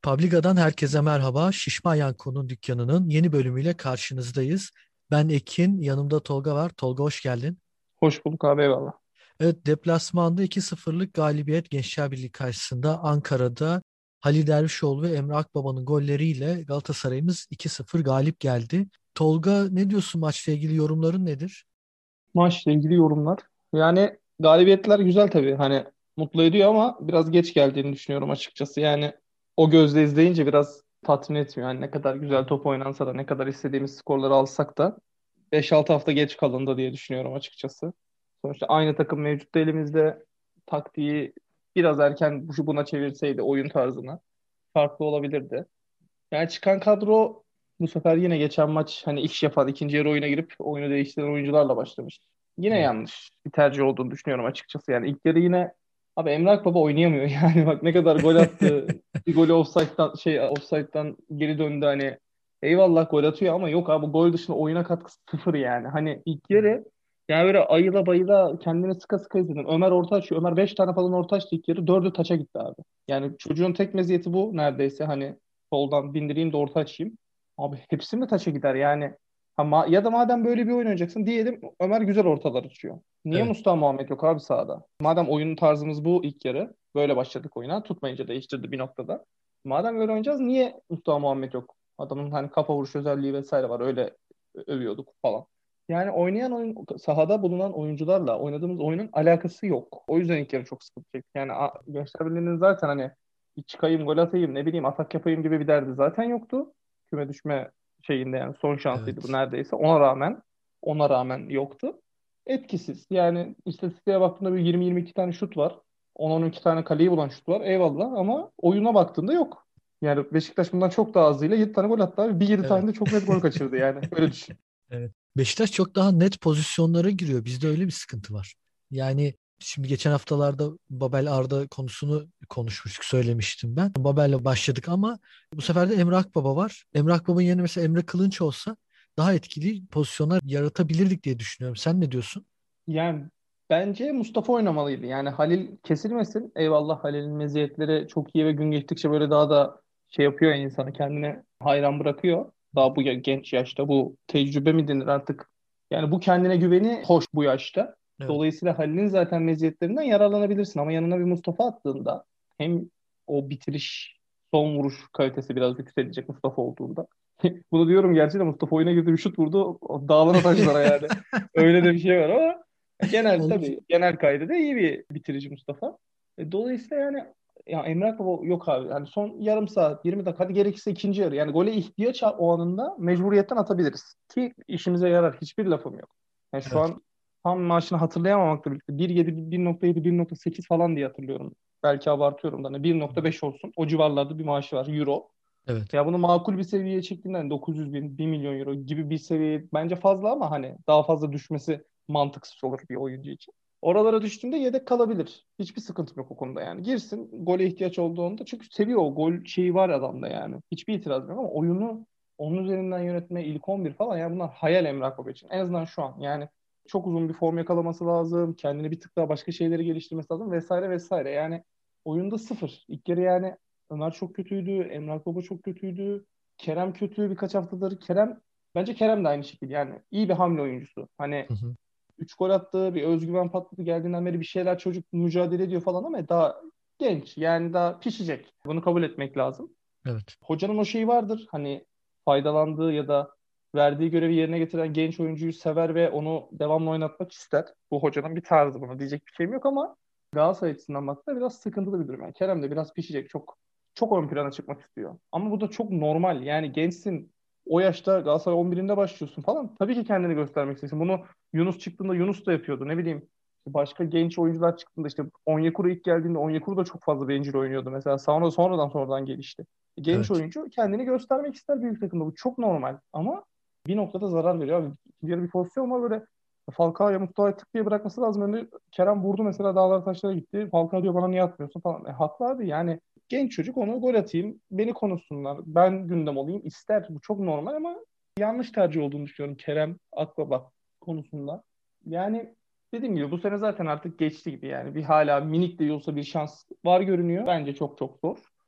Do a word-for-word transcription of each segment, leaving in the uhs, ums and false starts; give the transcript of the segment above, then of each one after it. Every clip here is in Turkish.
Publica'dan herkese merhaba. Şişman Yanko'nun dükkanının yeni bölümüyle karşınızdayız. Ben Ekin, yanımda Tolga var. Tolga hoş geldin. Hoş bulduk abi, eyvallah. Evet, deplasmanda iki sıfırlık galibiyet Gençler Birliği karşısında Ankara'da Halil Dervişoğlu ve Emre Akbaba'nın golleriyle Galatasaray'ımız iki sıfır galip geldi. Tolga, ne diyorsun, maçla ilgili yorumların nedir? Maçla ilgili yorumlar. Yani galibiyetler güzel tabii. Hani mutlu ediyor ama biraz geç geldiğini düşünüyorum açıkçası. Yani o gözle izleyince biraz tatmin etmiyor. Yani ne kadar güzel top oynansa da ne kadar istediğimiz skorları alsak da beş altı hafta geç kalındı diye düşünüyorum açıkçası. Sonuçta aynı takım mevcut elimizde, taktiği biraz erken bu- buna çevirseydi oyun tarzına farklı olabilirdi. Yani çıkan kadro bu sefer yine geçen maç hani iş yapan ikinci yarı oyuna girip oyunu değiştiren oyuncularla başlamış. Yine Evet. yanlış bir tercih olduğunu düşünüyorum açıkçası. Yani ilk yarı yine abi Emre Akbaba oynayamıyor yani bak ne kadar gol attı. Bir golü offside'dan şey offside'dan geri döndü hani. Eyvallah gol atıyor ama yok abi, gol dışında oyuna katkısı sıfır yani. Hani ilk yarı yani böyle ayıla bayıla kendini sıka sıka izledim. Ömer orta açıyor. Ömer beş tane falan orta açtı ilk yarı. Dördü taça gitti abi. Yani çocuğun tek meziyeti bu neredeyse. Hani soldan bindireyim de orta açayım. Abi hepsi mi taça gider yani? Ha, ma- ya da madem böyle bir oyun oynayacaksın diyelim, Ömer güzel ortalar açıyor. Niye Evet. Mustafa Muhammed yok abi sahada? Madem oyun tarzımız bu ilk yarı. Böyle başladık oyuna. Tutmayınca değiştirdi bir noktada. Madem böyle oynayacağız niye Mustafa Muhammed yok? Adamın hani kafa vuruş özelliği vesaire var. Öyle övüyorduk falan. Yani oynayan oyun, sahada bulunan oyuncularla oynadığımız oyunun alakası yok. O yüzden ilk yarı çok sıkıntı çekti. Yani a- Gençler Birliği'nin zaten hani bir çıkayım gol atayım ne bileyim atak yapayım gibi bir derdi zaten yoktu. Küme düşme şeyinde yani son şansıydı bu Evet. neredeyse. Ona rağmen ona rağmen yoktu. Etkisiz. Yani istatistiğe baktığında bir yirmi yirmi iki tane şut var. on on iki tane kaleyi bulan şut var. Eyvallah ama oyuna baktığında yok. Yani Beşiktaş bundan çok daha azıyla yedi tane gol attı abi. Bir yedi Evet. tane de çok net gol kaçırdı yani. Öyle düşün. Evet. Beşiktaş çok daha net pozisyonlara giriyor. Bizde öyle bir sıkıntı var. Yani şimdi geçen haftalarda Babel Arda konusunu konuşmuştuk, söylemiştim ben. Babel'le başladık ama bu sefer de Emre Akbaba var. Emre Akbaba'nın yerine mesela Emre Kılınç olsa daha etkili pozisyonlar yaratabilirdik diye düşünüyorum. Sen ne diyorsun? Yani bence Mustafa oynamalıydı. Yani Halil kesilmesin. Eyvallah, Halil'in meziyetleri çok iyi ve gün geçtikçe böyle daha da şey yapıyor ya, insanı kendine hayran bırakıyor. Daha bu ya- genç yaşta bu tecrübe mi denir artık? Yani bu kendine güveni hoş bu yaşta. Evet. Dolayısıyla Halil'in zaten meziyetlerinden yararlanabilirsin ama yanına bir Mustafa attığında hem o bitiriş, son vuruş kalitesi biraz yükselecek Mustafa olduğunda. Bunu diyorum gerçi de Mustafa oyuna girdi, bir şut vurdu o dağlara taşlara yani. Öyle de bir şey var ama genel Olur. tabii genel kaydı da iyi bir bitirici Mustafa. E, dolayısıyla yani ya Emre Akbaba yok abi. Yani son yarım saat yirmi dakika, hadi gerekirse ikinci yarı. Yani gole ihtiyaç o anında mecburiyetten atabiliriz. Ki işimize yarar. Hiçbir lafım yok. Yani şu Evet. an tam maçını hatırlayamamakla birlikte bir yedi, bir nokta yedi, bir nokta sekiz falan diye hatırlıyorum. Belki abartıyorum da hani bir nokta beş olsun. O civarlarda bir maaşı var euro. Evet. Ya bunu makul bir seviyeye çektiğinden dokuz yüz bin, bir milyon euro gibi bir seviye bence fazla ama hani daha fazla düşmesi mantıksız olur bir oyuncu için. Oralara düştüğünde yedek kalabilir. Hiçbir sıkıntım yok o konuda yani. Girsin gole ihtiyaç olduğunda, çünkü seviyor, o gol şeyi var adamda yani. Hiçbir itiraz yok ama oyunu onun üzerinden yönetme, ilk on bir falan, yani bunlar hayal Emrah Baba için. En azından şu an yani çok uzun bir form yakalaması lazım. Kendini bir tık daha başka şeyleri geliştirmesi lazım vesaire vesaire. Yani oyunda sıfır. İlk kere yani Ömer çok kötüydü. Emrah Baba çok kötüydü. Kerem kötü birkaç haftadır. Kerem bence Kerem de aynı şekilde. Yani iyi bir hamle oyuncusu. Hani Hı hı. üç gol attı, bir özgüven patladı, geldiğinden beri bir şeyler çocuk mücadele ediyor falan ama daha genç. Yani daha pişecek. Bunu kabul etmek lazım. Evet. Hocanın o şeyi vardır. Hani faydalandığı ya da verdiği görevi yerine getiren genç oyuncuyu sever ve onu devamlı oynatmak ister. Bu hocanın bir tarzı, buna diyecek bir şeyim yok ama Galatasaray açısından baktığında biraz sıkıntılı bir durum. Yani Kerem de biraz pişecek. Çok çok ön plana çıkmak istiyor. Ama bu da çok normal. Yani gençsin. O yaşta Galatasaray on birinde başlıyorsun falan. Tabii ki kendini göstermek istiyorsun. Bunu Yunus çıktığında Yunus da yapıyordu. Ne bileyim, başka genç oyuncular çıktığında işte Onyekuru ilk geldiğinde Onyekuru da çok fazla bencil oynuyordu. Mesela sonra sonradan sonradan gelişti. Genç Evet. oyuncu kendini göstermek ister büyük takımda. Bu çok normal ama bir noktada zarar veriyor abi. İkinci yarı bir pozisyon var böyle, Falcao'ya Mustafa'ya tık diye bırakması lazım. Önde Kerem vurdu mesela, dağlara taşlara gitti. Falcao diyor bana niye atmıyorsun falan. E, haklı abi yani, genç çocuk, onu gol atayım, beni konuşsunlar, ben gündem olayım ister. Bu çok normal ama yanlış tercih olduğunu düşünüyorum Kerem Akbaba konusunda. Yani dediğim gibi bu sene zaten artık geçti gibi yani. Bir hala minik de olsa bir şans var görünüyor. Bence çok çok zor.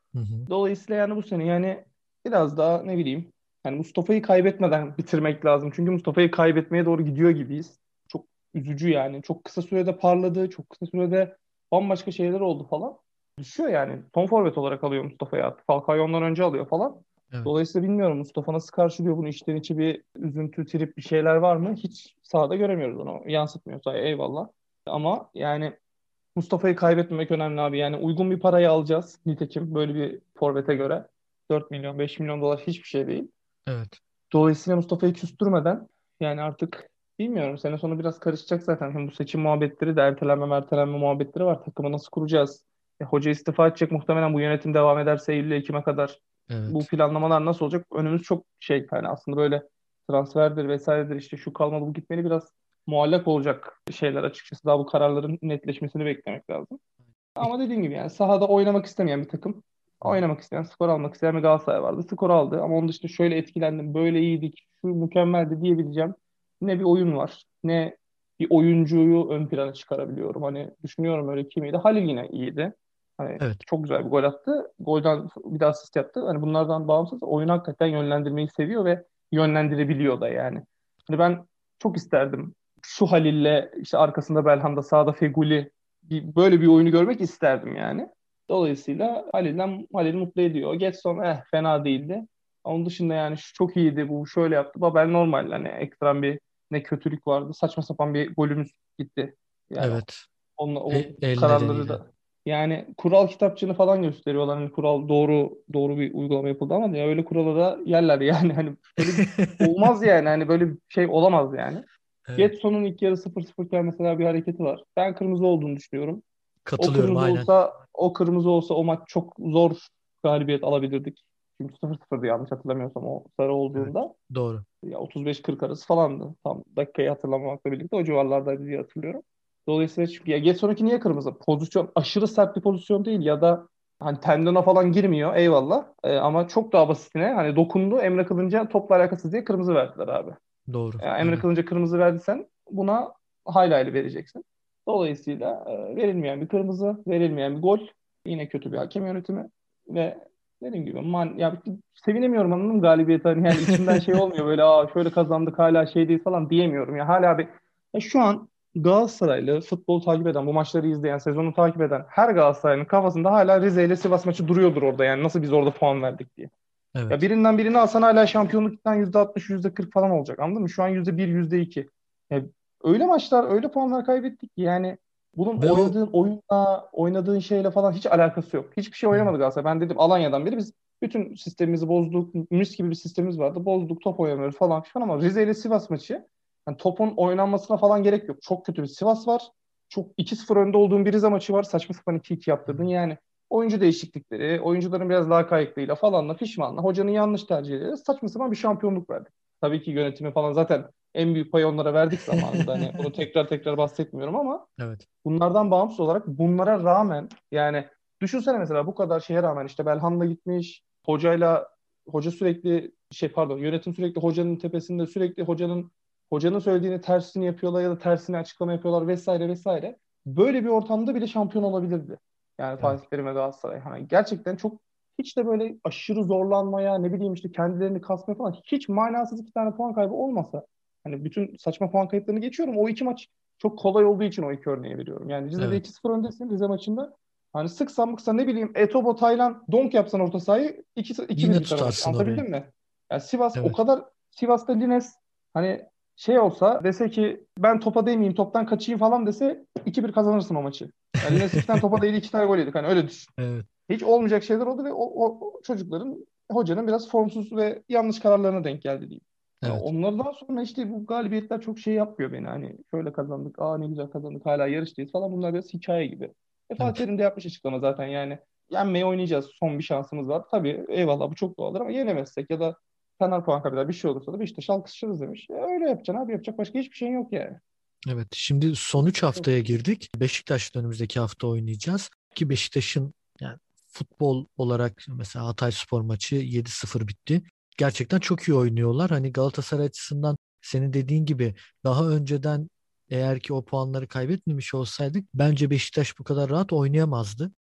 Hı hı. Dolayısıyla yani bu sene yani biraz daha ne bileyim yani Mustafa'yı kaybetmeden bitirmek lazım. Çünkü Mustafa'yı kaybetmeye doğru gidiyor gibiyiz. Çok üzücü yani. Çok kısa sürede parladı. Çok kısa sürede bambaşka şeyler oldu falan. Düşüyor yani. Son forvet olarak alıyor Mustafa'yı artık. Falcao'yu ondan önce alıyor falan. Evet. Dolayısıyla bilmiyorum Mustafa nasıl karşılıyor bunu. İçten içi bir üzüntü, trip bir şeyler var mı? Hiç sahada göremiyoruz onu. Yansıtmıyor sahaya, eyvallah. Ama yani Mustafa'yı kaybetmemek önemli abi. Yani uygun bir parayı alacağız. Nitekim böyle bir forvete göre. dört milyon, beş milyon dolar hiçbir şey değil. Evet. Dolayısıyla Mustafa'yı küstürmeden yani artık bilmiyorum sene sonu biraz karışacak zaten. Hem bu seçim muhabbetleri de ertelenme ertelenme muhabbetleri var. Takımı nasıl kuracağız? E, hoca istifa edecek muhtemelen bu yönetim devam ederse Eylül Ekim'e kadar. Bu Evet. planlamalar nasıl olacak? Önümüz çok şey yani aslında böyle transferdir vesairedir işte şu kalmalı bu gitmeli biraz muallak olacak şeyler açıkçası. Daha bu kararların netleşmesini beklemek lazım. Peki. Ama dediğim gibi yani sahada oynamak istemeyen bir takım. Hı hı. Oynamak isteyen, skor almak isteyen bir Galatasaray vardı. Skor aldı ama onun dışında şöyle etkilendim, böyle iyiydik, şu mükemmeldi diyebileceğim ne bir oyun var, ne bir oyuncuyu ön plana çıkarabiliyorum. Hani düşünüyorum öyle kimiydi? Halil yine iyiydi. Hani Evet. çok güzel bir gol attı. Golden bir de asist yaptı. Hani bunlardan bağımsız oyunu hakikaten yönlendirmeyi seviyor ve yönlendirebiliyor da yani. Hani ben çok isterdim şu Halil'le işte arkasında Belhanda sağda Feguli bir, böyle bir oyunu görmek isterdim yani. Dolayısıyla Halil'den Halil mutlu ediyor. Getson eh fena değildi. Onun dışında yani şu çok iyiydi bu şöyle yaptı. Babel normal hani ekstrem bir ne kötülük vardı. Saçma sapan bir golümüz gitti. Yani Evet. onunla, E, o el kararları nedeniyle. da yani kural kitapçığını falan gösteriyorlar. Hani kural doğru doğru bir uygulama yapıldı ama ya öyle kurala yerler yani. Hani böyle olmaz yani. Hani böyle bir şey olamaz yani. Evet. Getson'un ilk yarı sıfır sıfır iken mesela bir hareketi var. Ben kırmızı olduğunu düşünüyorum. O Katılıyorum kırmızı aynen. olsa o kırmızı olsa o maç çok zor galibiyet alabilirdik. Çünkü sıfır sıfırdı yanlış hatırlamıyorsam o sarı Evet. olduğunda. Doğru. Ya otuz beş kırk arası falandı. Tam dakikayı hatırlamamakla birlikte o civarlardaydı diye hatırlıyorum. Dolayısıyla çünkü ya Getson'unki niye kırmızı? Pozisyon aşırı sert bir pozisyon değil ya da hani tendona falan girmiyor eyvallah. Ee, ama çok daha basitine hani dokundu Emre Kılınç'a topla alakasız diye kırmızı verdiler abi. Doğru. Yani Emre Aynen. Kılınç'a kırmızı verdiysen buna hayli hayli vereceksin. Dolayısıyla e, verilmeyen bir kırmızı, verilmeyen bir gol. Yine kötü bir hakem yönetimi. Ve dediğim gibi man, ya, sevinemiyorum anladın mı galibiyeti. Hani yani içimden şey olmuyor böyle aa şöyle kazandık hala şey değil falan diyemiyorum. Ya hala bir ya şu an Galatasaraylı futbol takip eden, bu maçları izleyen, sezonu takip eden her Galatasaraylı'nın kafasında hala Rize ile Sivas maçı duruyordur orada yani nasıl biz orada puan verdik diye. Ya Evet. birinden birini alsan hala şampiyonluktan yüzde altmış, yüzde kırk falan olacak. Anladın mı? Şu an yüzde bir, yüzde iki. Ya öyle maçlar, öyle puanlar kaybettik ki yani bunun Ve o oynadığın oyunla, oynadığın şeyle falan hiç alakası yok. Hiçbir şey evet. oynamadı Galatasaray. Ben dedim Alanya'dan beri biz bütün sistemimizi bozduk. Mis gibi bir sistemimiz vardı. Bozduk, top oynamıyoruz falan filan ama Rize ile Sivas maçı yani topun oynanmasına falan gerek yok. Çok kötü bir Sivas var. Çok iki sıfır önde olduğun bir Rize maçı var. Saçma sapan iki iki yaptırdın. Yani oyuncu değişiklikleri, oyuncuların biraz daha kayıklığıyla falanla pişmanla hocanın yanlış tercihleri saçma sapan bir şampiyonluk verdik. Tabii ki yönetimi falan zaten en büyük payı onlara verdik zamanında. Hani bunu tekrar tekrar bahsetmiyorum ama Evet. bunlardan bağımsız olarak bunlara rağmen yani düşünsene mesela bu kadar şeye rağmen işte Belhanda gitmiş, hocayla hoca sürekli şey pardon yönetim sürekli hocanın tepesinde sürekli hocanın hocanın söylediğini tersini yapıyorlar ya da tersini açıklama yapıyorlar vesaire vesaire. Böyle bir ortamda bile şampiyon olabilirdi. Yani Evet. Fatih Terim ve Galatasaray. Hani gerçekten çok hiç de böyle aşırı zorlanmaya ne bileyim işte kendilerini kasmaya falan hiç manasız iki tane puan kaybı olmasa hani bütün saçma puan kayıplarını geçiyorum. O iki maç çok kolay olduğu için o iki örneği veriyorum. Yani Rize'de Evet. iki sıfır öndesin Rize maçında. Hani sıksan mıksan ne bileyim Etobo, Taylan, Donk yapsan orta sahayı iki bir Yine biter o maç. tutarsın orayı. Anlatabildim mi? Yani Sivas o Evet. kadar Sivas'ta Lines hani şey olsa dese ki ben topa değmeyeyim toptan kaçayım falan dese iki bir kazanırsın o maçı. Yani Lines iki tane topa değdi iki tane gol yedik. Hani öyle düşün. Evet. Hiç olmayacak şeyler oldu ve o, o- o çocukların hocanın biraz formsuz ve yanlış kararlarına denk geldi diyeyim. Yani Evet. onlardan sonra işte bu galibiyetler çok şey yapmıyor beni. Hani şöyle kazandık, aa ne güzel kazandık, hala yarıştayız falan. Bunlar biraz hikaye gibi. E Fatih Evet. Terim de yapmış açıklama zaten yani. Yenmeye oynayacağız. Son bir şansımız var. Tabii eyvallah bu çok doğaldır ama yenemezsek ya da Fener puan kaybeder bir şey olursa da Beşiktaş alkışlarız demiş. E öyle yapacaksın abi yapacak başka hiçbir şeyin yok yani. Evet. Şimdi son üç Yok. haftaya girdik. Beşiktaş'la önümüzdeki hafta oynayacağız. Ki Beşiktaş'ın yani futbol olarak mesela Hatayspor maçı yedi sıfır bitti. Gerçekten çok iyi oynuyorlar. Hani Galatasaray açısından senin dediğin gibi daha önceden eğer ki o puanları kaybetmemiş olsaydık bence Beşiktaş bu kadar rahat oynayamazdı.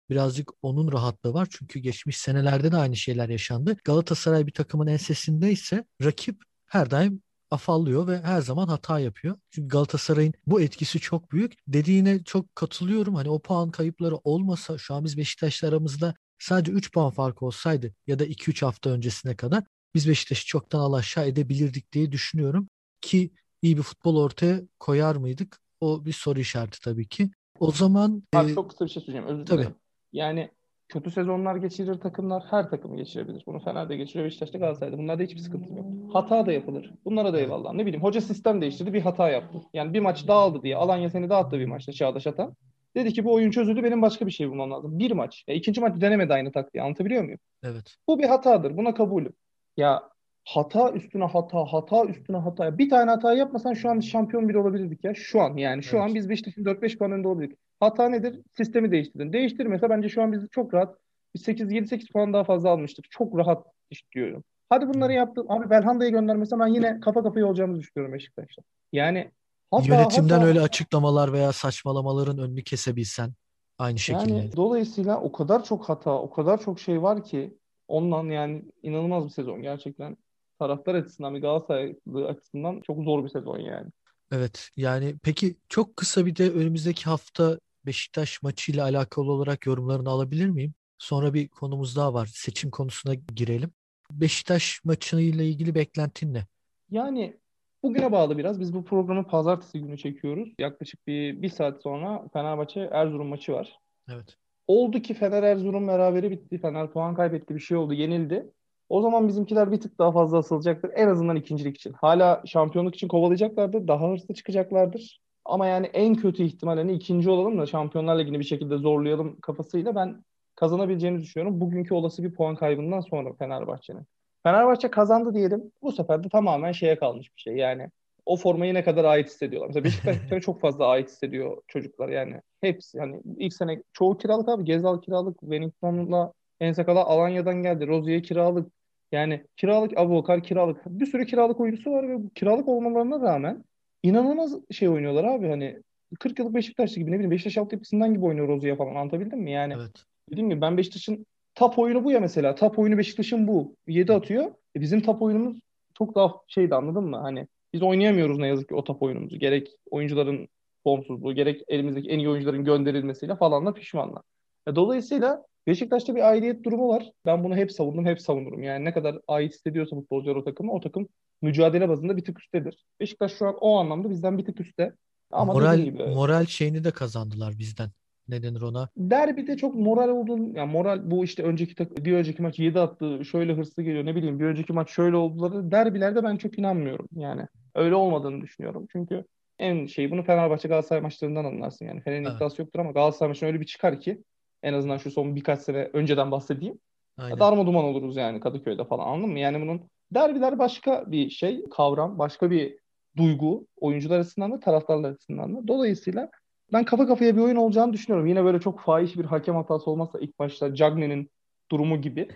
birazcık onun rahatlığı var. Çünkü geçmiş senelerde de aynı şeyler yaşandı. Galatasaray bir takımın ensesindeyse rakip her daim afallıyor ve her zaman hata yapıyor. Çünkü Galatasaray'ın bu etkisi çok büyük. Dediğine çok katılıyorum. Hani o puan kayıpları olmasa şu an biz Beşiktaş'la aramızda sadece üç puan farkı olsaydı ya da iki üç hafta öncesine kadar biz Beşiktaş'ı çoktan alaşağı edebilirdik diye düşünüyorum ki iyi bir futbol ortaya koyar mıydık? O bir soru işareti tabii ki. O zaman Abi e, çok kısa bir şey söyleyeceğim. Özür tabii dilerim. Yani kötü sezonlar geçirir takımlar. Her takımı geçirebilir. Bunu Fener de geçiriyor. Beşiktaş'ta, Galatasaray'da. Bunlarda hiçbir sıkıntı yok. Hata da yapılır. Bunlara da evet. eyvallah. Ne bileyim, hoca sistem değiştirdi. Bir hata yaptı. Yani bir maç dağıldı diye. Alanya seni dağıttı bir maçta, Çağdaş Atan. Dedi ki bu oyun çözüldü. Benim başka bir şey bulmam lazım. Bir maç. E, ikinci maç denemedi aynı taktiği. Anlatabiliyor muyum? Evet. Bu bir hatadır. Buna kabulüm. Ya hata üstüne hata, hata üstüne hata. Bir tane hata yapmasan şu an şampiyon bile olabilirdik ya. Şu an yani. Şu an Evet. biz Beşiktaş'ın dört beş puan önünde olabilirdik. Hata nedir? Sistemi değiştirdin. Değiştirmese bence şu an biz çok rahat bir sekiz yedi sekiz puan daha fazla almıştık. Çok rahat istiyorum. Hadi bunları yaptım. Abi Belhanda'yı göndermese ben yine kafa kafaya olacağımızı düşünüyorum Beşiktaş'ta. Yani hata Yönetimden hata öyle açıklamalar veya saçmalamaların önünü kesebilsen aynı yani şekilde. dolayısıyla o kadar çok hata, o kadar çok şey var ki ondan yani inanılmaz bir sezon gerçekten. Taraftar açısından bir Galatasaraylı açısından çok zor bir sezon yani. Evet. Yani peki çok kısa bir de önümüzdeki hafta Beşiktaş maçıyla alakalı olarak yorumlarını alabilir miyim? Sonra bir konumuz daha var. Seçim konusuna girelim. Beşiktaş maçıyla ilgili beklentin ne? Yani bugüne bağlı biraz. Biz bu programı pazartesi günü çekiyoruz. Yaklaşık bir, bir saat sonra Fenerbahçe Erzurum maçı var. Evet. Oldu ki Fener Erzurum berabere bitti. Fener puan kaybetti, bir şey oldu, yenildi. O zaman bizimkiler bir tık daha fazla asılacaktır. En azından ikincilik için. Hala şampiyonluk için kovalayacaklardır. Daha hırslı çıkacaklardır. Ama yani en kötü ihtimal hani ikinci olalım da Şampiyonlar Ligi'ni bir şekilde zorlayalım kafasıyla ben kazanabileceğini düşünüyorum. Bugünkü olası bir puan kaybından sonra Fenerbahçe'nin. Fenerbahçe kazandı diyelim. Bu sefer de tamamen şeye kalmış bir şey. Yani o formayı ne kadar ait hissediyorlar. Mesela Beşiktaş bir kere çok fazla ait hissediyor çocuklar yani. Hepsi hani ilk sene çoğu kiralık abi. Gezal kiralık. Wellington'la Ensakala Alanya'dan geldi. Rozier kiralık. Yani kiralık, Abubakar kiralık. Bir sürü kiralık oyuncusu var ve bu kiralık olmalarına rağmen inanılmaz şey oynuyorlar abi. Hani kırk yıllık Beşiktaşlı gibi, ne bileyim, Beşiktaş altyapısından gibi oynuyor Rozier falan, anlatabildim mi? Yani Evet. dediğim gibi ben Beşiktaş'ın top oyunu bu ya mesela. Top oyunu Beşiktaş'ın bu. Yedi atıyor. E bizim top oyunumuz çok daha şeydi, anladın mı? Hani biz oynayamıyoruz ne yazık ki o top oyunumuzu. Gerek oyuncuların formsuzluğu, gerek elimizdeki en iyi oyuncuların gönderilmesiyle falanla pişmanlar. E, dolayısıyla Beşiktaş'ta bir aidiyet durumu var. Ben bunu hep savundum, hep savunurum. Yani ne kadar ait hissediyorsa futbolcular o takımı, o takım mücadele bazında bir tık üsttedir. Beşiktaş şu an o anlamda bizden bir tık üstte. Ama dediğim Moral gibi moral şeyini de kazandılar bizden. Ne denir ona? derbide çok moral olduğunu, yani moral bu işte önceki tak- bir önceki maç yedi attı, şöyle hırslı geliyor, ne bileyim bir önceki maç şöyle olduları, derbilerde ben çok inanmıyorum yani. Öyle olmadığını düşünüyorum. Çünkü en şey, bunu Fenerbahçe Galatasaray maçlarından anlarsın yani. Fener'in Evet. iddiası yoktur ama Galatasaray maçına öyle bir çıkar ki en azından şu son birkaç sene önceden bahsedeyim. Aynen. Darma duman oluruz yani Kadıköy'de falan, anladın mı? Yani bunun derbiler başka bir şey, kavram, başka bir duygu, oyuncular açısından da taraftarlar açısından da. Dolayısıyla ben kafa kafaya bir oyun olacağını düşünüyorum. Yine böyle çok fahiş bir hakem hatası olmazsa ilk başta Cagney'in durumu gibi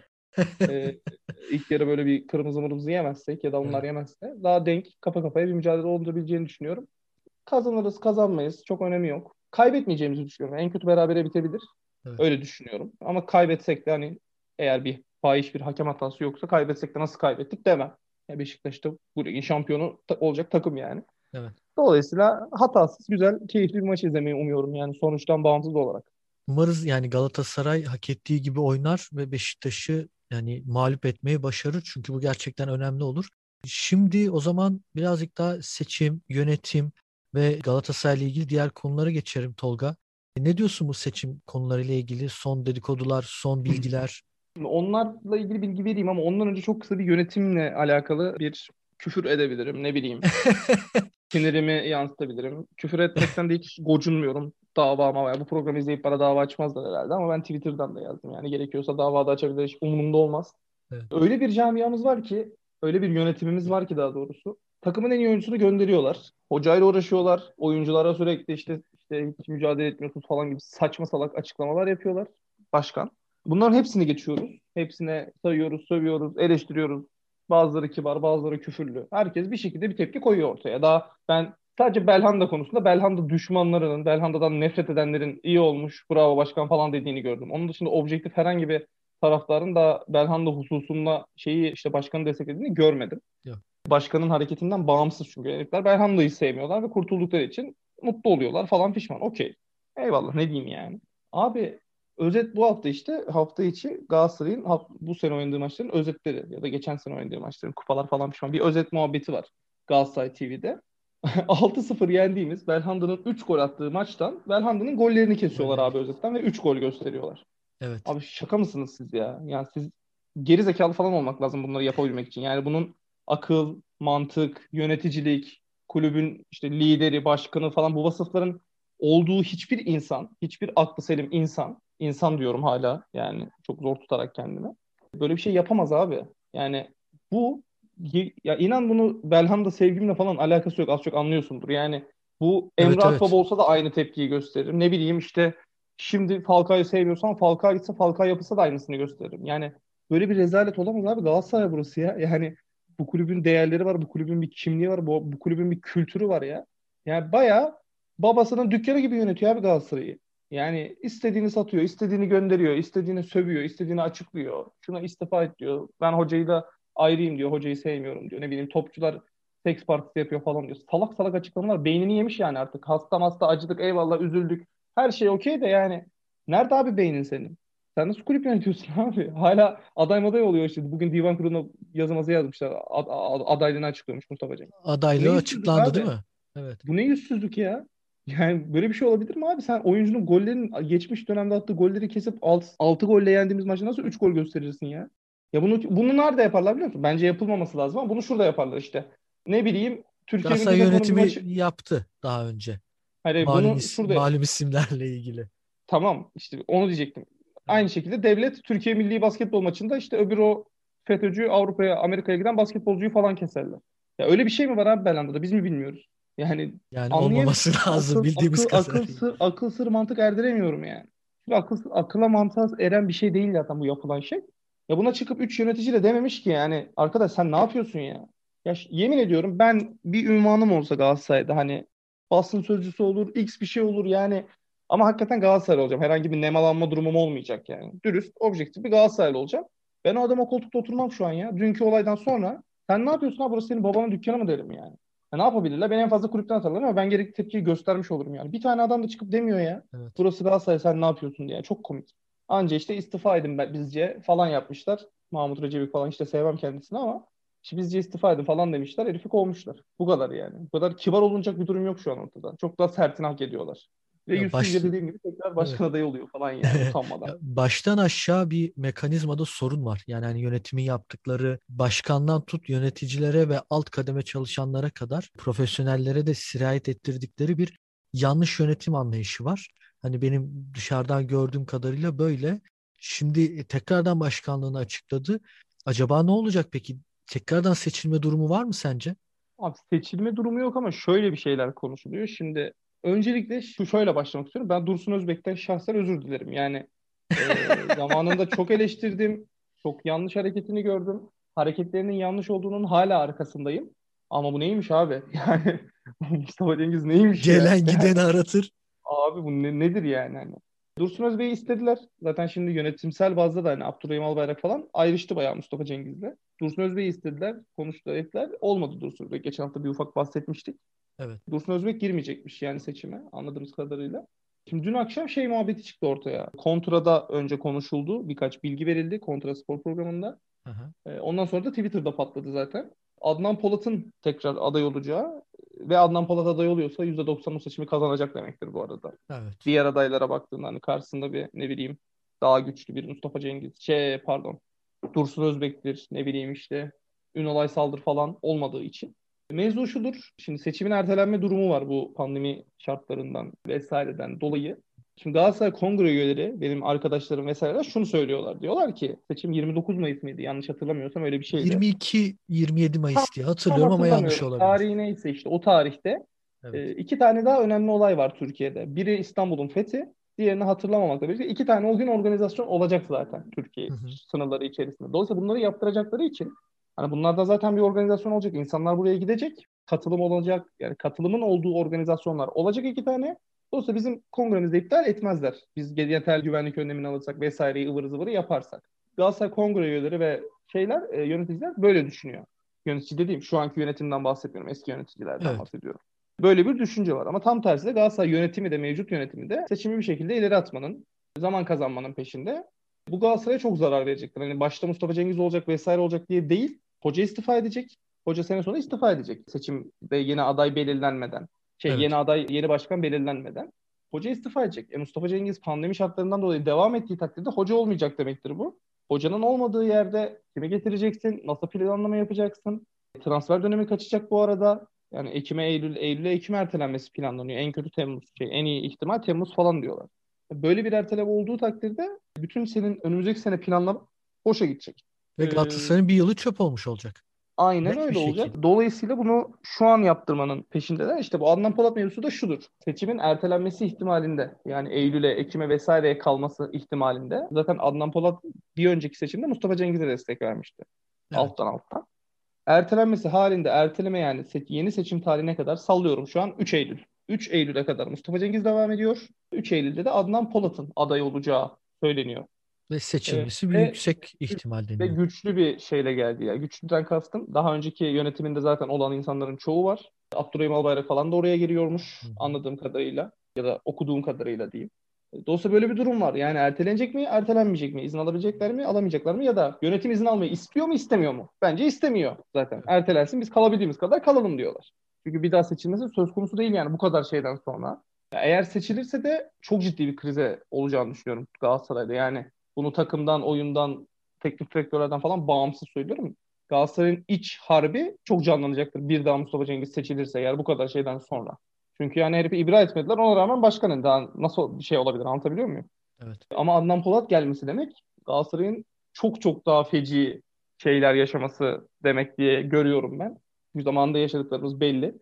e, ilk yarı böyle bir kırmızı mırmızı yemezsek ya da onlar Evet. yemezse daha denk kafa kafaya bir mücadele olabileceğini düşünüyorum. Kazanırız kazanmayız çok önemi yok. Kaybetmeyeceğimizi düşünüyorum. En kötü berabere bitebilir. Evet. Öyle düşünüyorum. Ama kaybetsek de hani eğer bir fahiş bir hakem hatası yoksa kaybetsek de nasıl kaybettik demem. Ya Beşiktaş'ta bu ligin şampiyonu ta- olacak takım yani. Evet. Dolayısıyla hatasız, güzel, keyifli bir maç izlemeyi umuyorum yani sonuçtan bağımsız olarak. Umarız yani Galatasaray hak ettiği gibi oynar ve Beşiktaş'ı yani mağlup etmeyi başarır. Çünkü bu gerçekten önemli olur. Şimdi o zaman birazcık daha seçim, yönetim ve Galatasaray ile ilgili diğer konulara geçerim Tolga. E, Ne diyorsun bu seçim konularıyla ilgili? Son dedikodular, son bilgiler. Şimdi onlarla ilgili bilgi vereyim ama ondan önce çok kısa bir yönetimle alakalı bir küfür edebilirim. Ne bileyim, sinirimi yansıtabilirim. Küfür etmekten de hiç gocunmuyorum. Dava mava. Bu programı izleyip bana dava açmazlar herhalde ama ben Twitter'dan da yazdım. Yani gerekiyorsa dava da açabilir. Hiç umurumda olmaz. Evet. Öyle bir camiamız var ki, öyle bir yönetimimiz var ki daha doğrusu. Takımın en iyi oyuncusunu gönderiyorlar. Hocayla uğraşıyorlar. Oyunculara sürekli işte işte hiç mücadele etmiyorsunuz falan gibi saçma salak açıklamalar yapıyorlar. Başkan. Bunların hepsini geçiyoruz. Hepsine sayıyoruz, sövüyoruz, eleştiriyoruz. Bazıları kibar, bazıları küfürlü. Herkes bir şekilde bir tepki koyuyor ortaya. Daha ben Sadece Belhanda konusunda Belhanda düşmanlarının, Belhanda'dan nefret edenlerin iyi olmuş, bravo başkan falan dediğini gördüm. Onun dışında objektif herhangi bir taraftarın da Belhanda hususunda şeyi işte başkanı desteklediğini görmedim. Yok. Başkanın hareketinden bağımsız çünkü herifler Belhanda'yı sevmiyorlar ve kurtuldukları için mutlu oluyorlar falan pişman. Okey. Eyvallah ne diyeyim yani. Abi özet bu hafta işte hafta içi Galatasaray'ın haf- bu sene oynadığı maçların özetleri ya da geçen sene oynadığı maçların kupalar falan pişman. Bir özet muhabbeti var Galatasaray T V'de. altı sıfır yendiğimiz Belhanda'nın üç gol attığı maçtan Belhanda'nın gollerini kesiyorlar Golleri. abi özetten ve üç gol gösteriyorlar. Evet. Abi şaka mısınız siz ya? Yani siz geri zekalı falan olmak lazım bunları yapabilmek için. Yani bunun akıl, mantık, yöneticilik, kulübün işte lideri, başkanı falan bu vasıfların olduğu hiçbir insan, hiçbir aklı selim insan, insan diyorum hala yani çok zor tutarak kendimi. Böyle bir şey yapamaz abi. Yani bu ya inan bunu Belhanda sevgimle falan alakası yok. Az çok anlıyorsundur. Yani bu Evet, Emre Akbaba evet. olsa da aynı tepkiyi gösterir. Ne bileyim işte şimdi Falcao'yu sevmiyorsan Falcao gitse Falcao yapısa da aynısını gösteririm. Yani böyle bir rezalet olamaz abi. Galatasaray burası ya. Yani bu kulübün değerleri var. Bu kulübün bir kimliği var. Bu, bu kulübün bir kültürü var ya. Yani bayağı babasının dükkanı gibi yönetiyor abi Galatasaray'ı. Yani istediğini satıyor, istediğini gönderiyor, istediğini sövüyor, istediğini açıklıyor. Şuna istifa et diyor. Ben hocayı da ayrıyım diyor. Hocayı sevmiyorum diyor. Ne bileyim topçular seks partisi yapıyor falan diyor. Salak salak açıklamalar. Beynini yemiş yani artık. Hasta hasta acıdık eyvallah üzüldük. Her şey okey de yani. Nerede abi beynin senin? Sen nasıl kulüp yönetiyorsun abi? Hala aday maday oluyor işte. Bugün divan kuruluna yazı yazmışlar. Ad, ad, adaylığını açıklıyormuş Mustafa Cengiz. Bu ne Adaylığı yüzsüzlük açıklandı değil abi? mi? Evet. Bu ne yüzsüzlük ya? Yani böyle bir şey olabilir mi abi? Sen oyuncunun gollerin geçmiş dönemde attığı golleri kesip altı golle yendiğimiz maçta nasıl üç gol gösterirsin ya? Ya bunu bunu nerede yaparlar biliyor musun? Bence yapılmaması lazım ama bunu şurada yaparlar işte. Ne bileyim Türkiye Milli Galatasaray Takımı'nın bir yönetimi maçı. yaptı daha önce. Hayır Malum, bunu is- şurada malum isimlerle ilgili. tamam işte onu diyecektim. Evet. Aynı şekilde devlet Türkiye Milli Basketbol maçında işte öbür o FETÖ'cü Avrupa'ya Amerika'ya giden basketbolcuyu falan keserler. Ya öyle bir şey mi var abi Belhanda'da biz mi bilmiyoruz? Yani Yani anlayamıyorum. olmaması lazım Akıl bildiğimiz akıl akıl kadarıyla. sır akıl sır mantık erdiremiyorum yani. Çünkü akıl akıla mantığa eren bir şey değil zaten bu yapılan şey. Ya buna çıkıp üç yönetici de dememiş ki yani arkadaş sen ne yapıyorsun ya? Ya ş- yemin ediyorum ben bir ünvanım olsa Galatasaray'da hani basın sözcüsü olur, X bir şey olur yani ama hakikaten Galatasaray olacağım. Herhangi bir nemalanma durumum olmayacak yani. Dürüst, objektif bir Galatasaraylı olacağım. Ben o adam o koltukta oturmam şu an ya. Dünkü olaydan sonra sen ne yapıyorsun ha? Burası senin babanın dükkanı mı derim yani. Ya ne yapabilirler? Beni en fazla kulüpten atarlar ama ben gerekli tepkiyi göstermiş olurum yani. Bir tane adam da çıkıp demiyor ya. Evet. Burası Galatasaray sen ne yapıyorsun diye. Çok komik. Anca işte istifa edin ben, bizce falan yapmışlar. Mahmut Recep'i falan işte sevmem kendisini ama işte bizce istifa edin falan demişler. Herifi kovmuşlar. Bu kadar yani. Bu kadar kibar olunacak bir durum yok şu an ortada. Çok daha sertini hak ediyorlar. Ve Ya baş yüzsüzce dediğim gibi tekrar evet. başkan adayı oluyor falan yani utanmadan. Ya baştan aşağı bir mekanizmada sorun var. Yani hani yönetimin yaptıkları başkandan tut yöneticilere ve alt kademe çalışanlara kadar profesyonellere de sirayet ettirdikleri bir yanlış yönetim anlayışı var. Hani benim dışarıdan gördüğüm kadarıyla böyle. Şimdi tekrardan başkanlığını açıkladı. Acaba ne olacak peki? Tekrardan seçilme durumu var mı sence? Abi seçilme durumu yok ama şöyle bir şeyler konuşuluyor. Şimdi öncelikle şu şöyle başlamak istiyorum. Ben Dursun Özbek'ten şahsen özür dilerim. Yani e, zamanında çok eleştirdim. Çok yanlış hareketini gördüm. Hareketlerinin yanlış olduğunun hala arkasındayım. Ama bu neymiş abi? Yani Mustafa Cengiz neymiş ya? Gelen Yani gideni aratır. abi bu ne- nedir yani hani? Dursun Özbey'i istediler. Zaten şimdi yönetimsel bazda da hani Abdurrahim Albayrak falan ayrıştı bayağı Mustafa Cengiz'le. Dursun Özbey'i istediler. Konuştular ettiler. Olmadı Dursun Özbek. Geçen hafta bir ufak bahsetmiştik. Evet. Dursun Özbek girmeyecekmiş yani seçime anladığımız kadarıyla. Şimdi dün akşam şey muhabbeti çıktı ortaya. Kontra'da önce konuşuldu. Birkaç bilgi verildi Kontra Spor programında. Aha, Ee, Ondan sonra da Twitter'da patladı zaten. Adnan Polat'ın tekrar aday olacağı ve Adnan Polat aday oluyorsa yüzde doksan o seçimi kazanacak demektir bu arada. evet. Diğer adaylara baktığında hani karşısında bir ne bileyim daha güçlü bir Mustafa Cengiz, şey pardon Dursun Özbek'tir ne bileyim işte Ünal Aysal'dır falan olmadığı için. Mevzu şudur. Şimdi seçimin ertelenme durumu var bu pandemi şartlarından vesaireden dolayı. Şimdi Galatasaray Kongre üyeleri, benim arkadaşlarım vesaireler şunu söylüyorlar. Diyorlar ki seçim yirmi dokuz Mayıs mıydı? Yanlış hatırlamıyorsam öyle bir şeydi. yirmi iki yirmi yedi Tam, Mayıs diye tam hatırlıyorum ama yanlış hatırlamıyorum. olabilir. Tarihi neyse işte o tarihte e, Evet. iki tane daha önemli olay var Türkiye'de. Biri İstanbul'un fethi, diğerini hatırlamamakla birlikte iki tane o gün organizasyon olacak zaten Türkiye Hı hı. sınırları içerisinde. Dolayısıyla bunları yaptıracakları için hani bunlardan zaten bir organizasyon olacak. İnsanlar buraya gidecek. katılım olacak. Yani katılımın olduğu organizasyonlar olacak iki tane. Dolayısıyla bizim kongremizde iptal etmezler. Biz yeterli güvenlik önlemini alırsak vesaireyi ıvır zıvırı yaparsak. Galatasaray kongre üyeleri ve şeyler, e, yöneticiler böyle düşünüyor. Yönetici dediğim şu anki yönetimden bahsetmiyorum. Eski yöneticilerden Evet. bahsediyorum. Böyle bir düşünce var. Ama tam tersi de Galatasaray yönetimi de mevcut yönetimi de seçimi bir şekilde ileri atmanın, zaman kazanmanın peşinde. Bu Galatasaray'a çok zarar verecektir. Hani başta Mustafa Cengiz olacak vesaire olacak diye değil. Hoca istifa edecek. Hoca sene sonra istifa edecek. Seçimde yeni aday belirlenmeden. Şey yeni Evet. aday, yeni başkan belirlenmeden. Hoca istifa edecek. E, Mustafa Cengiz pandemi şartlarından dolayı devam ettiği takdirde hoca olmayacak demektir bu. Hocanın olmadığı yerde kimi getireceksin? Nasıl planlama yapacaksın? Transfer dönemi kaçacak bu arada. Yani Ekim'e Eylül, Eylül'e Ekim'e ertelenmesi planlanıyor. En kötü Temmuz, şey, en iyi ihtimal Temmuz falan diyorlar. Böyle bir erteleme olduğu takdirde bütün senin önümüzdeki sene planlaman boşa gidecek. Ve Ee, Galatasaray'ın bir yılı çöp olmuş olacak. aynen Net bir öyle olacak. şekilde. Dolayısıyla bunu şu an yaptırmanın peşindeler. İşte bu Adnan Polat mevzusu da şudur. Seçimin ertelenmesi ihtimalinde, yani Eylül'e, Ekim'e vesaireye kalması ihtimalinde. Zaten Adnan Polat bir önceki seçimde Mustafa Cengiz'e destek vermişti. Evet. Alttan alttan. Ertelenmesi halinde, erteleme yani se- yeni seçim tarihine kadar, sallıyorum şu an üç Eylül. üç Eylül'e kadar Mustafa Cengiz devam ediyor. üç Eylül'de de Adnan Polat'ın aday olacağı söyleniyor. Ve Ee, seçilmesi bir ve yüksek ihtimal ve deniyor. güçlü bir şeyle geldi ya. Güçlüden kastım, daha önceki yönetiminde zaten olan insanların çoğu var. Abdurrahim Albayrak falan da oraya giriyormuş Hı hı. anladığım kadarıyla, ya da okuduğum kadarıyla diyeyim. Dolayısıyla böyle bir durum var. Yani ertelenecek mi, ertelenmeyecek mi? İzin alabilecekler mi, alamayacaklar mı? Ya da yönetim izin almayı istiyor mu, istemiyor mu? Bence istemiyor zaten. Evet. Ertelensin, biz kalabildiğimiz kadar kalalım diyorlar. Çünkü bir daha seçilmesi söz konusu değil yani bu kadar şeyden sonra. Ya eğer seçilirse de çok ciddi bir krize olacağını düşünüyorum Galatasaray'da. Yani bunu takımdan, oyundan, teknik direktörlerden falan bağımsız söylüyorum. Galatasaray'ın iç harbi çok canlanacaktır. Bir daha Mustafa Cengiz seçilirse eğer bu kadar şeyden sonra. Çünkü yani herifi ibra etmediler. Ona rağmen başkanın daha nasıl bir şey olabilir, anlatabiliyor muyum? Evet. Ama Adnan Polat gelmesi demek Galatasaray'ın çok çok daha feci şeyler yaşaması demek diye görüyorum ben. Bu zamanda yaşadıklarımız belli.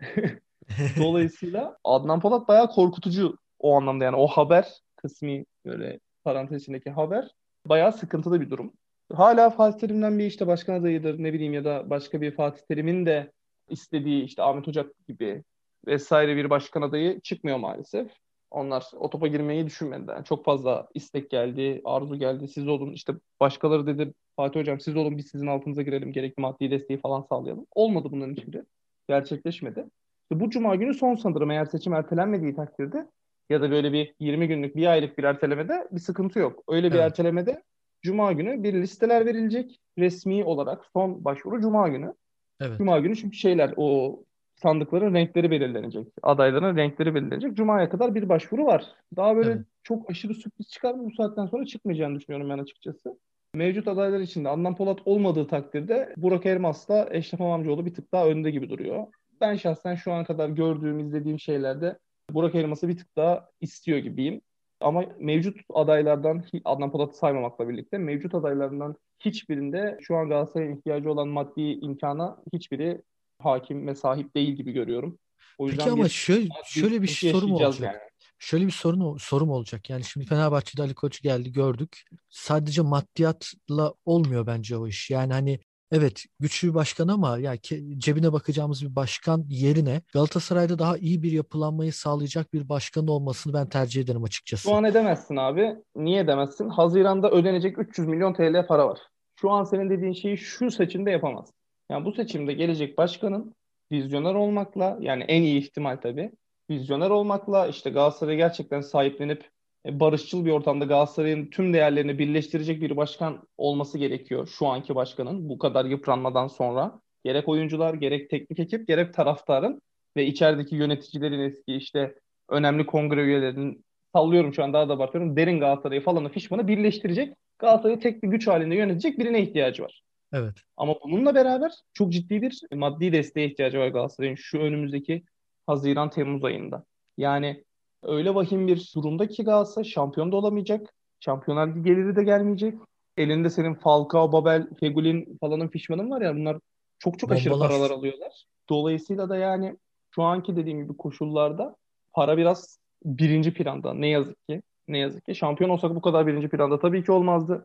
Dolayısıyla Adnan Polat bayağı korkutucu o anlamda, yani o haber kısmi, böyle parantez içindeki haber bayağı sıkıntılı bir durum. Hala Fatih Terim'den bir işte başkan adayıdır ne bileyim, ya da başka bir Fatih Terim'in de istediği işte Ahmet Ocak gibi vesaire bir başkan adayı çıkmıyor maalesef. Onlar o topa girmeyi düşünmediler. Yani çok fazla istek geldi, arzu geldi. Siz olun işte, başkaları dedi Fatih Hocam siz olun, biz sizin altınıza girelim, gerekli maddi desteği falan sağlayalım. Olmadı bunların hiçbiri. Gerçekleşmedi. İşte bu cuma günü son sanırım, eğer seçim ertelenmediği takdirde, ya da böyle bir yirmi günlük, bir aylık bir ertelemede bir sıkıntı yok. Öyle bir Evet. ertelemede cuma günü bir listeler verilecek. Resmi olarak son başvuru cuma günü. Evet. Cuma günü çünkü şeyler, o sandıkların renkleri belirlenecek. Adayların renkleri belirlenecek. Cuma'ya kadar bir başvuru var. Daha böyle Evet. çok aşırı sürpriz çıkar mı, bu saatten sonra çıkmayacağını düşünüyorum ben açıkçası. Mevcut adaylar içinde Adnan Polat olmadığı takdirde Burak Elmas'la Eşref Amamcıoğlu bir tık daha önde gibi duruyor. Ben şahsen şu ana kadar gördüğüm, izlediğim şeylerde Burak Elmas'ı bir tık daha istiyor gibiyim. Ama mevcut adaylardan, Adnan Polat'ı saymamakla birlikte, mevcut adaylardan hiçbirinde şu an Galatasaray'ın ihtiyacı olan maddi imkana hiçbiri hakim ve sahip değil gibi görüyorum. O Peki yüzden ama bir şöyle, maddi şöyle bir sıkıntı sorum yaşayacağız yani. olacak. Şöyle bir sorun sorum olacak. Yani şimdi Fenerbahçe'de Ali Koç geldi gördük. Sadece maddiyatla olmuyor bence o iş. Yani hani evet güçlü bir başkan ama ya ke- cebine bakacağımız bir başkan yerine Galatasaray'da daha iyi bir yapılanmayı sağlayacak bir başkan olmasını ben tercih ederim Şu açıkçası. an edemezsin abi. Niye edemezsin? Haziran'da ödenecek üç yüz milyon T L para var. Şu an senin dediğin şeyi şu seçimde yapamaz. Yani bu seçimde gelecek başkanın vizyoner olmakla, yani en iyi ihtimal tabii, vizyoner olmakla, işte Galatasaray'ı gerçekten sahiplenip e, barışçıl bir ortamda Galatasaray'ın tüm değerlerini birleştirecek bir başkan olması gerekiyor. Şu anki başkanın bu kadar yıpranmadan sonra gerek oyuncular, gerek teknik ekip, gerek taraftarın ve içerideki yöneticilerin, eski işte önemli kongre üyelerinin, sallıyorum şu an daha da abartıyorum, derin Galatasaray'ı falanı fişmanı birleştirecek, Galatasaray'ı tek bir güç halinde yönetecek birine ihtiyacı var. Evet. Ama bununla beraber çok ciddi bir maddi desteğe ihtiyacı var Galatasaray'ın şu önümüzdeki Haziran-Temmuz ayında. Yani öyle vahim bir durumda ki Galatasaray şampiyon da olamayacak. Şampiyonlar Ligi geliri de gelmeyecek. Elinde senin Falcao, Babel, Fegül'in falanın fişmanın var ya, bunlar çok çok aşırı paralar Bombalar. alıyorlar. Dolayısıyla da yani şu anki dediğim gibi koşullarda para biraz birinci planda, ne yazık ki. Ne yazık ki. Şampiyon olsak bu kadar birinci planda tabii ki olmazdı.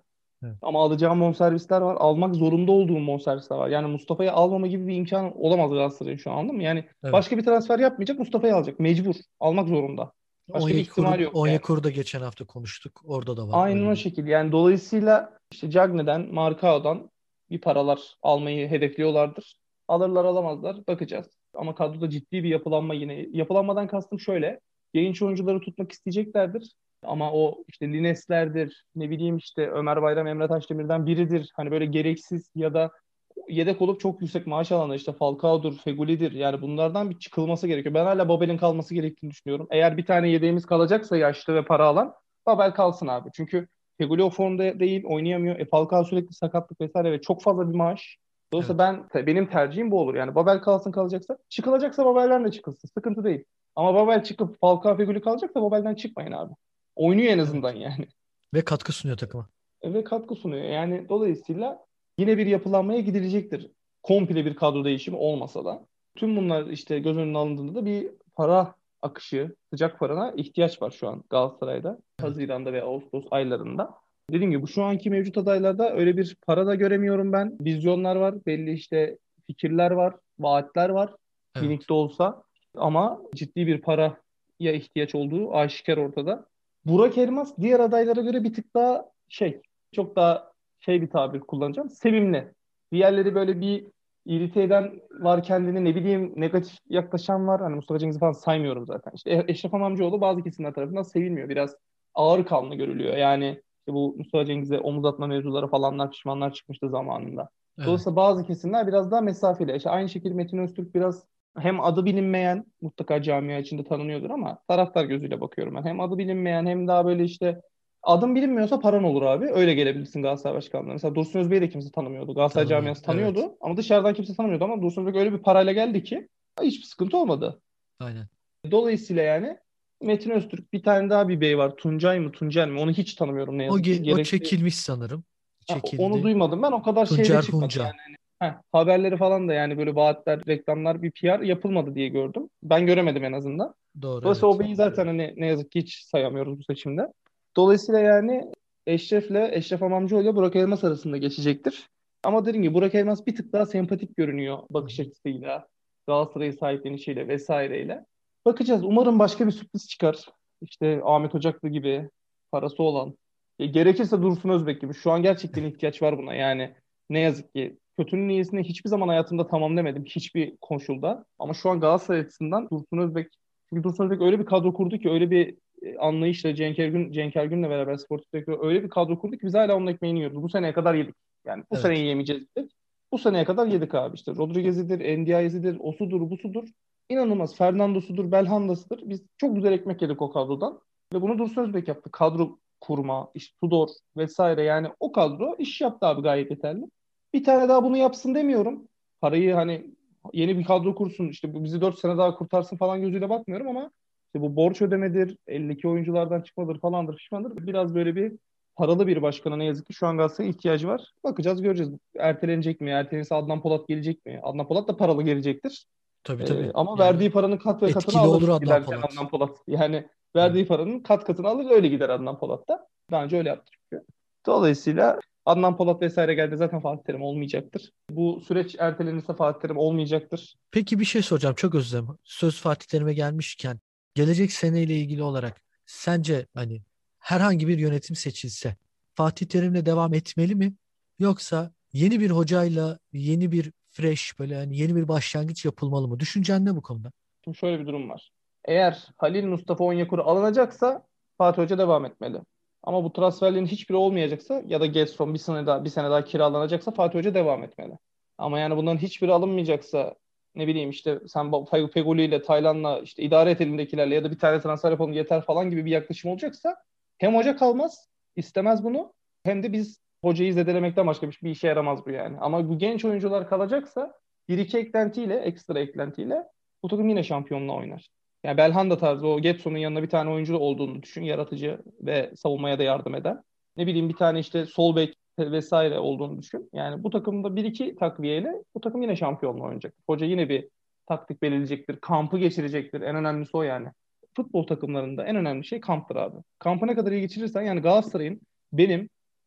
Evet. Ama alacağım bonservisler var. Almak zorunda olduğum bonservisler var. Yani Mustafa'yı almama gibi bir imkan olamaz Galatasaray'ın şu an, anladın mı? Yani Evet. başka bir transfer yapmayacak, Mustafa'yı alacak. Mecbur. Almak zorunda. Başka bir Onyekuru, ihtimal yok yani. Onyekuru'da da geçen hafta konuştuk. Orada da var Aynen öyle o bir. şekilde. Yani dolayısıyla işte Cagney'den, Marcao'dan bir paralar almayı hedefliyorlardır. Alırlar alamazlar. Bakacağız. Ama kadroda ciddi bir yapılanma yine. Yapılanmadan kastım şöyle. Genç oyuncuları tutmak isteyeceklerdir. Ama o işte Lines'lerdir, ne bileyim işte Ömer Bayram, Emre Taşdemir'den biridir. Hani böyle gereksiz ya da yedek olup çok yüksek maaş alanlar işte Falcao'dur, Fegüli'dir. Yani bunlardan bir çıkılması gerekiyor. Ben hala Babel'in kalması gerektiğini düşünüyorum. Eğer bir tane yedeğimiz kalacaksa yaşlı ve para alan Babel kalsın abi. Çünkü Fegüli o formda değil, oynayamıyor. E, Falcao sürekli sakatlık vesaire ve çok fazla bir maaş. Dolayısıyla Evet. ben benim tercihim bu olur. Yani Babel kalsın kalacaksa. Çıkılacaksa Babel'den de çıkılsın. Sıkıntı değil. Ama Babel çıkıp Falcao Fegüli kalacaksa Babel'den çıkmayın abi. Oynuyor en azından Evet. yani. Ve katkı sunuyor takıma. Ve katkı sunuyor. Yani dolayısıyla yine bir yapılanmaya gidilecektir. Komple bir kadro değişimi olmasa da. Tüm bunlar işte göz önüne alındığında da bir para akışı, sıcak parana ihtiyaç var şu an Galatasaray'da. Evet. Haziran'da ve Ağustos aylarında. Dediğim gibi şu anki mevcut adaylarda öyle bir para da göremiyorum ben. Vizyonlar var, belli işte fikirler var, vaatler var. Evet. Minik de olsa. Ama ciddi bir paraya ihtiyaç olduğu aşikar ortada. Burak Elmas diğer adaylara göre bir tık daha şey, çok daha şey bir tabir kullanacağım. Sevimli. Diğerleri böyle bir irite eden var kendini, ne bileyim negatif yaklaşan var. Hani Mustafa Cengiz'i falan saymıyorum zaten. İşte E- Eşref Hamamcıoğlu bazı kesimler tarafından sevilmiyor. Biraz ağır kanlı görülüyor. Yani işte bu Mustafa Cengiz'e omuz atma mevzuları falanlar, pişmanlar çıkmıştı zamanında. Evet. Dolayısıyla bazı kesimler biraz daha mesafeli. İşte aynı şekilde Metin Öztürk biraz hem adı bilinmeyen, mutlaka camia içinde tanınıyordur ama taraftar gözüyle bakıyorum ben. Hem adı bilinmeyen hem daha böyle işte adım bilinmiyorsa paran olur abi. Öyle gelebilirsin Galatasaray başkanlığına. Mesela Dursun Özbek'i de kimse tanımıyordu. Galatasaray Tanımıyordu. camiası Evet. tanıyordu ama dışarıdan kimse tanımıyordu ama Dursun Özbek öyle bir parayla geldi ki hiçbir sıkıntı olmadı. Aynen. Dolayısıyla yani Metin Öztürk, bir tane daha bir bey var. Tuncay mı Tuncel mi? Onu hiç tanımıyorum ne O, yazık ki. ge- o Gerekli çekilmiş sanırım. Ha, onu Çekildi. duymadım ben. O kadar şeyde Tuncer çıkmadı Hunca. yani. Hani, heh, haberleri falan da yani böyle vaatler, reklamlar, bir P R yapılmadı diye gördüm. Ben göremedim en azından. Doğru, Dolayısıyla o evet. beyi zaten hani ne yazık ki hiç sayamıyoruz bu seçimde. Dolayısıyla yani Eşref'le, Eşref Amamcıoğlu Burak Elmas arasında geçecektir. Ama dediğim gibi Burak Elmas bir tık daha sempatik görünüyor Hı hı. bakış açısıyla, Galatasaray'ı sahiplenişiyle vesaireyle. Bakacağız. Umarım başka bir sürpriz çıkar. İşte Ahmet Ocaklı gibi parası olan. E, gerekirse Dursun Özbek gibi. Şu an gerçekten ihtiyaç var buna. Yani ne yazık ki kötünün iyisini hiçbir zaman hayatımda tamam demedim. Hiçbir koşulda. Ama şu an Galatasaray açısından Dursun Özbek, çünkü Dursun Özbek öyle bir kadro kurdu ki, öyle bir e, anlayışla Cenk Ergün, Cenk Ergün'le beraber sportif direktör öyle bir kadro kurdu ki biz hala onun ekmeğini yiyoruz. Bu seneye kadar yedik. Yani bu Evet. seneyi yemeyeceğiz dedik. Bu seneye kadar yedik abi işte. Rodriguez'idir, Ndiaye'zidir, o sudur, bu sudur. İnanılmaz. Fernando'sudur, Belhanda'sıdır. Biz çok güzel ekmek yedik o kadrodan. Ve bunu Dursun Özbek yaptı. Kadro kurma, işte Tudor vesaire, yani o kadro iş yaptı abi gayet yeterli. Bir tane daha bunu yapsın demiyorum. Parayı hani yeni bir kadro kursun, işte bu bizi dört sene daha kurtarsın falan gözüyle bakmıyorum ama işte bu borç ödemedir, eldeki oyunculardan çıkmadır falandır pişmandır. Biraz böyle bir paralı bir başkana ne yazık ki şu an Galatasaray'a ihtiyacı var. Bakacağız, göreceğiz. Ertelenecek mi? Ertelenirse Adnan Polat gelecek mi? Adnan Polat da paralı gelecektir. Tabii, Ee, tabii. ama Yani verdiği paranın kat ve katını etkili olur alır Adnan giderken Polat. Adnan Polat. Yani Evet. verdiği paranın kat katını alır, öyle gider Adnan Polat da. Daha önce öyle yaptı çünkü. Dolayısıyla Adnan Polat vesaire geldi, zaten Fatih Terim olmayacaktır. Bu süreç ertelenirse Fatih Terim olmayacaktır. Peki bir şey soracağım. Çok özür dilerim. Söz Fatih Terim'e gelmişken gelecek seneyle ilgili olarak sence hani herhangi bir yönetim seçilse Fatih Terim'le devam etmeli mi? Yoksa yeni bir hocayla yeni bir fresh böyle hani yeni bir başlangıç yapılmalı mı? Düşüncen ne bu konuda? Şimdi şöyle bir durum var. Eğer Halil Mustafa Onyekuru alınacaksa Fatih Hoca devam etmeli. Ama bu transferlerin hiçbiri olmayacaksa ya da Gedson bir sene daha bir sene daha kiralanacaksa Fatih Hoca devam etmeli. Ama yani bunların hiçbiri alınmayacaksa, ne bileyim işte sen Fe- Feguli ile Taylan'la işte idare et elindekilerle ya da bir tane transfer yapalım yeter falan gibi bir yaklaşım olacaksa hem hoca kalmaz, istemez bunu, hem de biz hocayı zedelemekten başka bir, bir işe yaramaz bu yani. Ama bu genç oyuncular kalacaksa bir iki eklentiyle, ekstra eklentiyle bu takım yine şampiyonluğa oynar. Yani Belhanda tarzı o Getson'un yanında bir tane oyuncu olduğunu düşün. Yaratıcı ve savunmaya da yardım eden. Ne bileyim bir tane işte sol bek vesaire olduğunu düşün. Yani bu takımda bir iki takviyeyle bu takım yine şampiyonluğa oynayacak. Hoca yine bir taktik belirleyecektir. Kampı geçirecektir. En önemlisi o yani. Futbol takımlarında en önemli şey kamptır abi. Kampı ne kadar iyi geçirirsen, yani Galatasaray'ın benim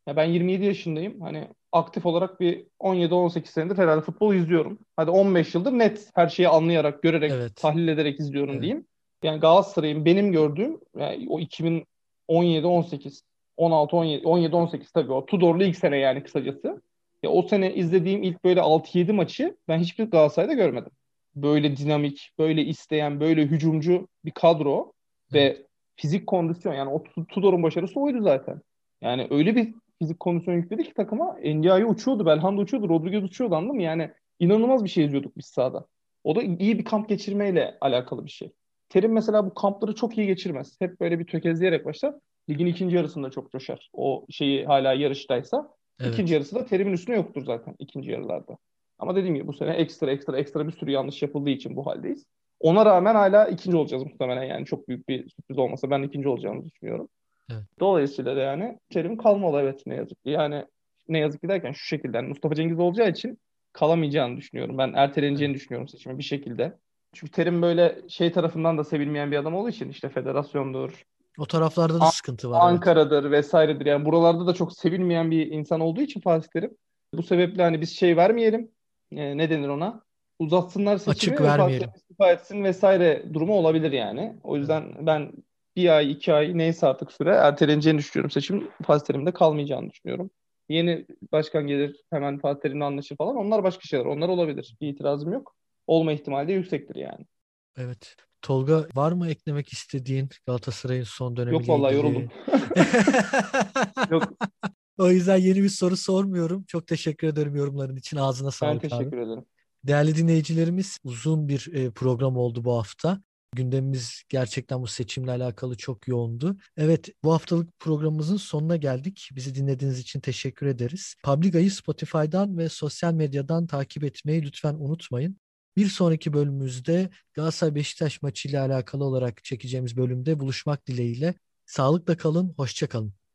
Ya ben yirmi yedi yaşındayım. Hani aktif olarak bir on yedi on sekiz senedir herhalde futbol izliyorum. Hadi on beş yıldır net her şeyi anlayarak, görerek, Evet. tahlil ederek izliyorum Evet. diyeyim. Yani Galatasaray'ın benim gördüğüm yani o iki bin on yedi on sekiz, on altı on yedi, on yedi on sekiz tabii o Tudor'lu ilk sene yani kısacası. Ya o sene izlediğim ilk böyle altı yedi maçı ben hiçbir Galatasaray'da görmedim. Böyle dinamik, böyle isteyen, böyle hücumcu bir kadro Evet. ve fizik kondisyon yani o Tudor'un başarısı oydu zaten. Yani öyle bir fizik kondisyon yükledi ki takıma. N D I uçuyordu, Belhanda uçuyordu, Rodriguez uçuyordu anladın mı? Yani inanılmaz bir şey izliyorduk biz sahada. O da iyi bir kamp geçirmeyle alakalı bir şey. Terim mesela bu kampları çok iyi geçirmez. Hep böyle bir tökezleyerek başlar. Ligin ikinci yarısında çok coşar. O şeyi hala yarıştaysa. İkinci Evet. yarısı da terimin üstüne yoktur zaten ikinci yarılarda. Ama dediğim gibi bu sene ekstra ekstra ekstra bir sürü yanlış yapıldığı için bu haldeyiz. Ona rağmen hala ikinci olacağız muhtemelen yani çok büyük bir sürpriz olmasa ben ikinci olacağımızı düşünüyorum. Evet. Dolayısıyla da yani terim kalmalı evet ne yazık ki. Yani ne yazık ki derken şu şekilde yani Mustafa Cengiz olacağı için kalamayacağını düşünüyorum. Ben Evet. erteleneceğini düşünüyorum seçimi bir şekilde. Çünkü terim böyle şey tarafından da sevilmeyen bir adam olduğu için işte federasyondur, O taraflarda da An- sıkıntı var, evet. Ankara'dır vesairedir. Yani buralarda da çok sevilmeyen bir insan olduğu için Fatih Terim. Bu sebeple hani biz şey vermeyelim. E, ne denir ona? Uzatsınlar Açık seçimi ve Fatih Terim vermeyelim. istifa etsin vesaire durumu olabilir yani. O Evet. yüzden ben bir ay, iki ay neyse artık süre erteleneceğini düşünüyorum seçim. Fatih Terim'de kalmayacağını düşünüyorum. Yeni başkan gelir hemen Fatih Terim'le anlaşır falan. Onlar başka şeyler. Onlar olabilir. Bir itirazım yok. Olma ihtimali de yüksektir yani. Evet. Tolga, var mı eklemek istediğin Galatasaray'ın son Yok dönemiyle vallahi yoruldum. ilgili? Yok O yüzden yeni bir soru sormuyorum. Çok teşekkür ederim yorumların için. Ağzına ben sağlık abi. teşekkür ederim. Değerli dinleyicilerimiz, uzun bir e, program oldu bu hafta. Gündemimiz gerçekten bu seçimle alakalı çok yoğundu. Evet, bu haftalık programımızın sonuna geldik. Bizi dinlediğiniz için teşekkür ederiz. Publica'yı Spotify'dan ve sosyal medyadan takip etmeyi lütfen unutmayın. Bir sonraki bölümümüzde Galatasaray Beşiktaş maçıyla alakalı olarak çekeceğimiz bölümde buluşmak dileğiyle. Sağlıkla kalın, hoşça kalın.